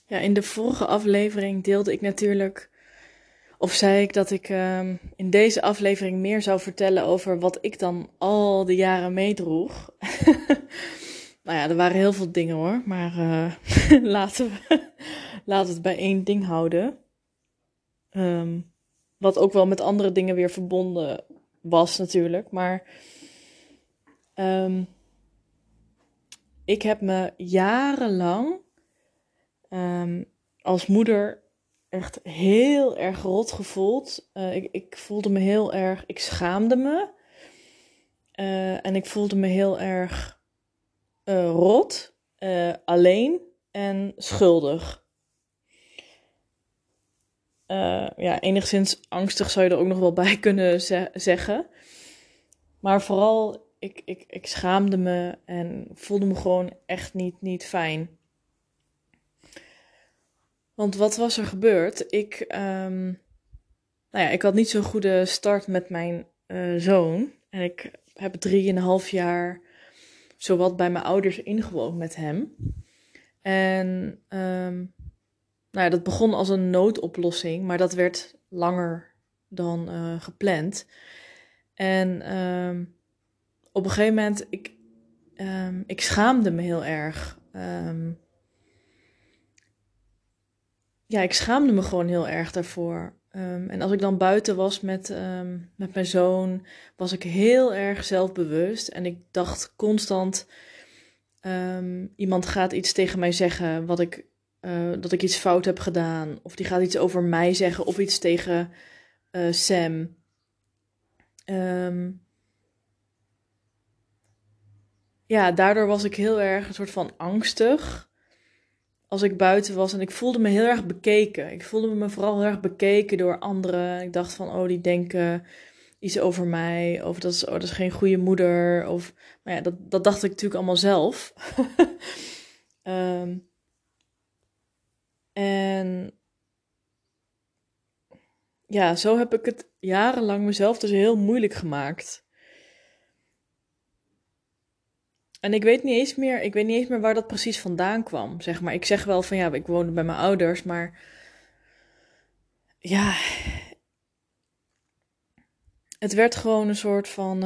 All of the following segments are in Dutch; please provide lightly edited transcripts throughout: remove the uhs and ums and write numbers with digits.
Ja, in de vorige aflevering deelde ik natuurlijk, of zei ik dat ik in deze aflevering meer zou vertellen over wat ik dan al die jaren meedroeg. Nou ja, er waren heel veel dingen hoor, maar laten we het bij één ding houden. Ehm, wat ook wel met andere dingen weer verbonden was natuurlijk. Maar ehm, ik heb me jarenlang ehm, als moeder echt heel erg rot gevoeld. Ik voelde me heel erg, ik schaamde me. En ik voelde me heel erg rot, alleen en schuldig. Ja, enigszins angstig zou je er ook nog wel bij kunnen zeggen. Maar vooral, ik schaamde me en voelde me gewoon echt niet fijn. Want wat was er gebeurd? Ik had niet zo'n goede start met mijn zoon. En ik heb 3,5 jaar zowat bij mijn ouders ingewoond met hem. En dat begon als een noodoplossing, maar dat werd langer dan gepland. En op een gegeven moment, ik schaamde me heel erg. Ik schaamde me gewoon heel erg daarvoor. En als ik dan buiten was met mijn zoon, was ik heel erg zelfbewust. En ik dacht constant, iemand gaat iets tegen mij zeggen dat ik iets fout heb gedaan. Of die gaat iets over mij zeggen of iets tegen Sam. Um, Daardoor was ik heel erg een soort van angstig als ik buiten was en ik voelde me heel erg bekeken. Ik voelde me vooral heel erg bekeken door anderen. Ik dacht van, oh, die denken iets over mij. Of dat is geen goede moeder. Of, maar ja, dat dacht ik natuurlijk allemaal zelf. um, en ja, zo heb ik het jarenlang mezelf dus heel moeilijk gemaakt. En ik weet niet eens meer waar dat precies vandaan kwam, zeg maar. Ik zeg wel van ja, ik woonde bij mijn ouders, maar ja, het werd gewoon een soort van,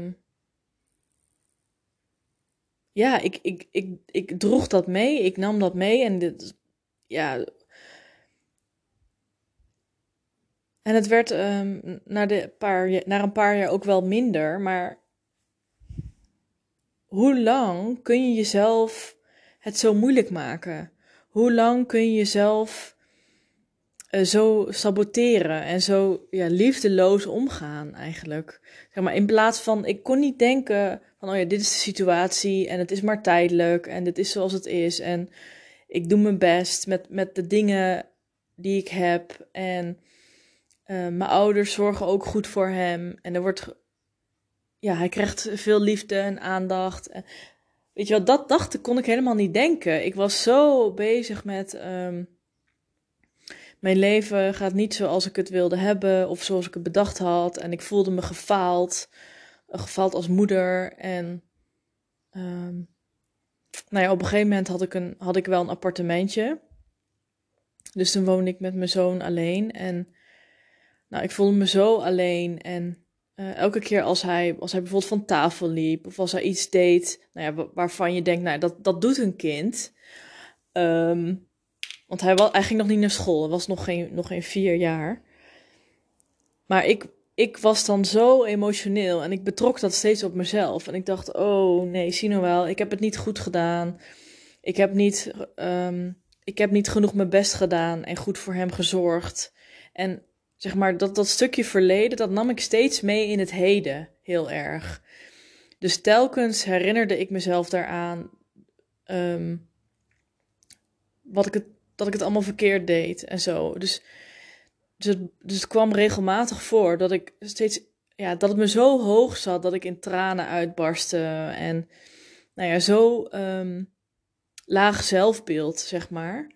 ik droeg dat mee, ik nam dat mee ja, en het werd na een paar jaar ook wel minder, maar hoe lang kun je jezelf het zo moeilijk maken? Hoe lang kun je jezelf zo saboteren en zo liefdeloos omgaan eigenlijk. Zeg maar, in plaats van, ik kon niet denken van, oh ja, dit is de situatie en het is maar tijdelijk en dit is zoals het is en ik doe mijn best met de dingen die ik heb en mijn ouders zorgen ook goed voor hem en hij krijgt veel liefde en aandacht. En, weet je wat, kon ik helemaal niet denken. Ik was zo bezig met mijn leven gaat niet zoals ik het wilde hebben of zoals ik het bedacht had. En ik voelde me gefaald als moeder. En op een gegeven moment had ik wel een appartementje. Dus toen woonde ik met mijn zoon alleen. En ik voelde me zo alleen. En elke keer als hij bijvoorbeeld van tafel liep of als hij iets deed waarvan je denkt, dat doet een kind. Want hij ging nog niet naar school. Hij was nog geen 4 jaar. Maar ik was dan zo emotioneel en ik betrok dat steeds op mezelf. En ik dacht, oh nee, zie nou wel, ik heb het niet goed gedaan. Ik heb niet, ik heb niet genoeg mijn best gedaan en goed voor hem gezorgd. En zeg maar, dat stukje verleden, dat nam ik steeds mee in het heden, heel erg. Dus telkens herinnerde ik mezelf daaraan dat ik het allemaal verkeerd deed en zo. Dus het kwam regelmatig voor dat ik steeds, dat het me zo hoog zat dat ik in tranen uitbarstte. En zo laag zelfbeeld, zeg maar.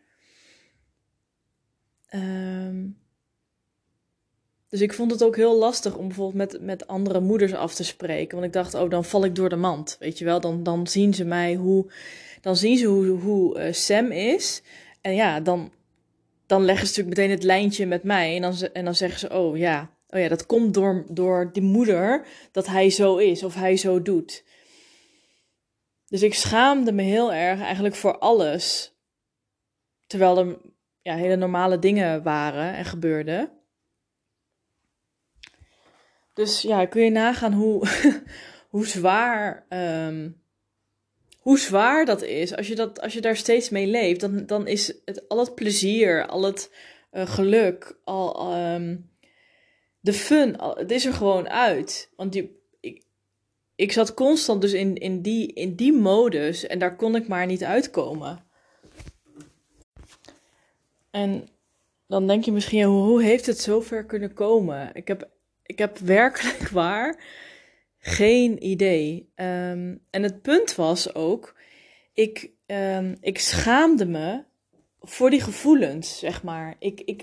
Dus ik vond het ook heel lastig om bijvoorbeeld met andere moeders af te spreken. Want ik dacht, oh, dan val ik door de mand. Weet je wel, dan zien ze mij dan zien ze hoe Sam is. En ja, dan leggen ze natuurlijk meteen het lijntje met mij. En dan zeggen ze, oh ja, dat komt door die moeder dat hij zo is of hij zo doet. Dus ik schaamde me heel erg eigenlijk voor alles. Terwijl er hele normale dingen waren en gebeurden. Dus ja, kun je nagaan hoe zwaar dat is. Als je daar steeds mee leeft, dan is al het plezier, al het geluk, de fun, het is er gewoon uit. Want ik zat constant dus in die modus en daar kon ik maar niet uitkomen. En dan denk je misschien, ja, hoe heeft het zover kunnen komen? Ik heb werkelijk waar geen idee. En het punt was ook, ik schaamde me voor die gevoelens, zeg maar.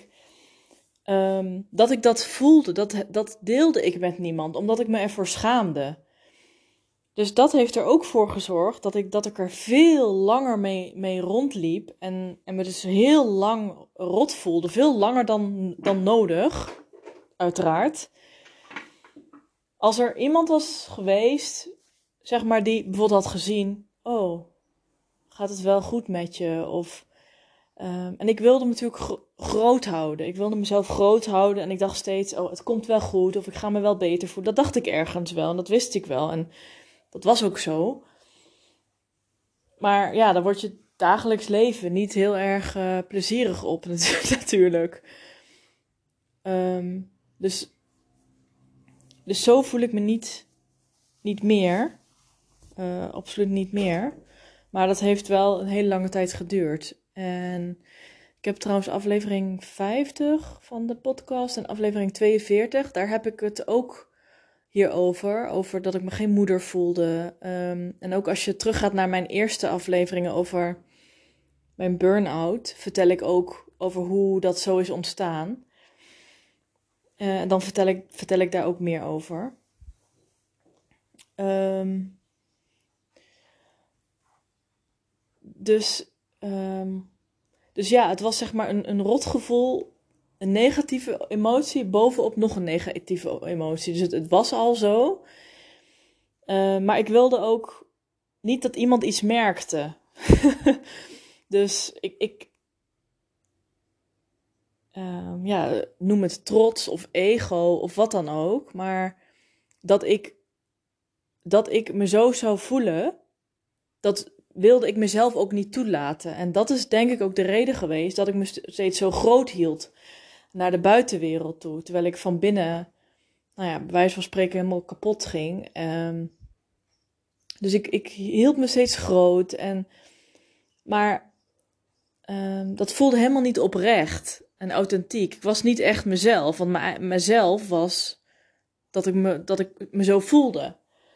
Dat ik dat voelde, dat deelde ik met niemand, omdat ik me ervoor schaamde. Dus dat heeft er ook voor gezorgd dat ik er veel langer mee rondliep. En me dus heel lang rot voelde. Veel langer dan nodig, uiteraard. Als er iemand was geweest, zeg maar, die bijvoorbeeld had gezien... Oh, gaat het wel goed met je? En ik wilde me natuurlijk groot houden. Ik wilde mezelf groot houden. En ik dacht steeds, oh, het komt wel goed. Of ik ga me wel beter voelen. Dat dacht ik ergens wel. En dat wist ik wel. En dat was ook zo. Maar ja, daar wordt je dagelijks leven niet heel erg plezierig op natuurlijk. Dus zo voel ik me niet meer. Absoluut niet meer. Maar dat heeft wel een hele lange tijd geduurd. En ik heb trouwens aflevering 50 van de podcast en aflevering 42. Daar heb ik het ook hierover. Over dat ik me geen moeder voelde. En ook als je teruggaat naar mijn eerste afleveringen over mijn burn-out, vertel ik ook over hoe dat zo is ontstaan. En dan vertel ik daar ook meer over. Dus ja, het was zeg maar een rotgevoel, een negatieve emotie bovenop nog een negatieve emotie. Dus het was al zo. Maar ik wilde ook niet dat iemand iets merkte. Dus ik noem het trots of ego of wat dan ook. Maar dat ik me zo zou voelen, dat wilde ik mezelf ook niet toelaten. En dat is denk ik ook de reden geweest dat ik me steeds zo groot hield naar de buitenwereld toe. Terwijl ik van binnen, bij wijze van spreken, helemaal kapot ging. Dus ik hield me steeds groot. Maar dat voelde helemaal niet oprecht en authentiek. Ik was niet echt mezelf. Want mezelf was dat ik me zo voelde.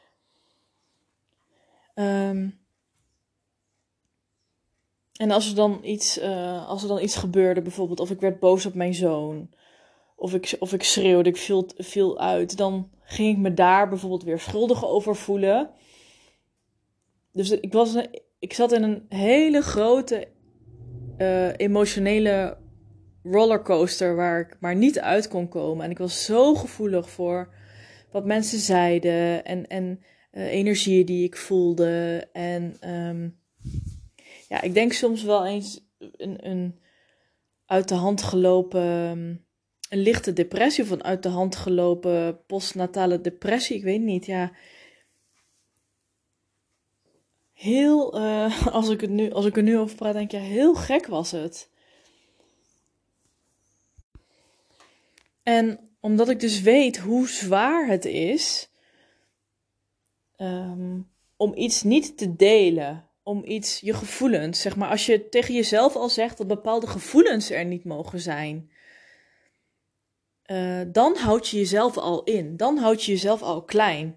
En als er dan iets gebeurde, bijvoorbeeld, of ik werd boos op mijn zoon, of ik schreeuwde, ik viel uit, dan ging ik me daar bijvoorbeeld weer schuldig over voelen. Dus ik zat in een hele grote emotionele rollercoaster waar ik maar niet uit kon komen. En ik was zo gevoelig voor wat mensen zeiden en energieën die ik voelde. En ik denk soms wel eens een uit de hand gelopen, een lichte depressie of een uit de hand gelopen postnatale depressie. Ik weet niet, ja. Heel, als ik er nu over praat, denk ik, ja, heel gek was het. En omdat ik dus weet hoe zwaar het is om iets niet te delen, om iets, je gevoelens, zeg maar, als je tegen jezelf al zegt dat bepaalde gevoelens er niet mogen zijn, dan houd je jezelf al in, dan houd je jezelf al klein.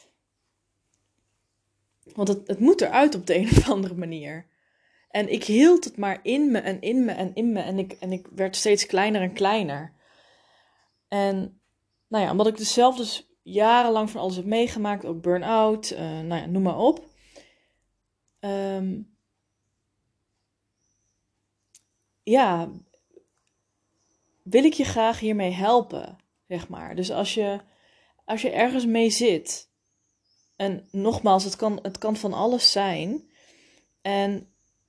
Want het moet eruit op de een of andere manier. En ik hield het maar in me en in me en in me en ik werd steeds kleiner en kleiner. En omdat ik dus zelf dus jarenlang van alles heb meegemaakt, ook burn-out, noem maar op. ja, wil ik je graag hiermee helpen, zeg maar. Dus als je ergens mee zit, en nogmaals, het kan van alles zijn, en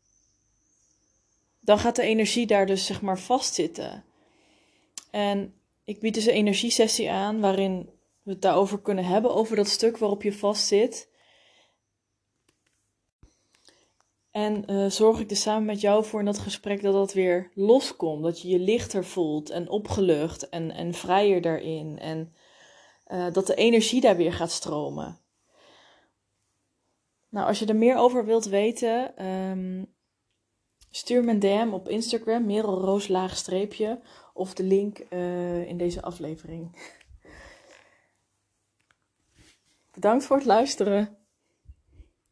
dan gaat de energie daar dus zeg maar vastzitten. En ik bied dus een energiesessie aan waarin we het daarover kunnen hebben, over dat stuk waarop je vastzit. En zorg ik er samen met jou voor in dat gesprek dat dat weer loskomt. Dat je je lichter voelt en opgelucht en vrijer daarin. En dat de energie daar weer gaat stromen. Nou, als je er meer over wilt weten, stuur me een DM op Instagram, merelroos_, of de link in deze aflevering. Bedankt voor het luisteren.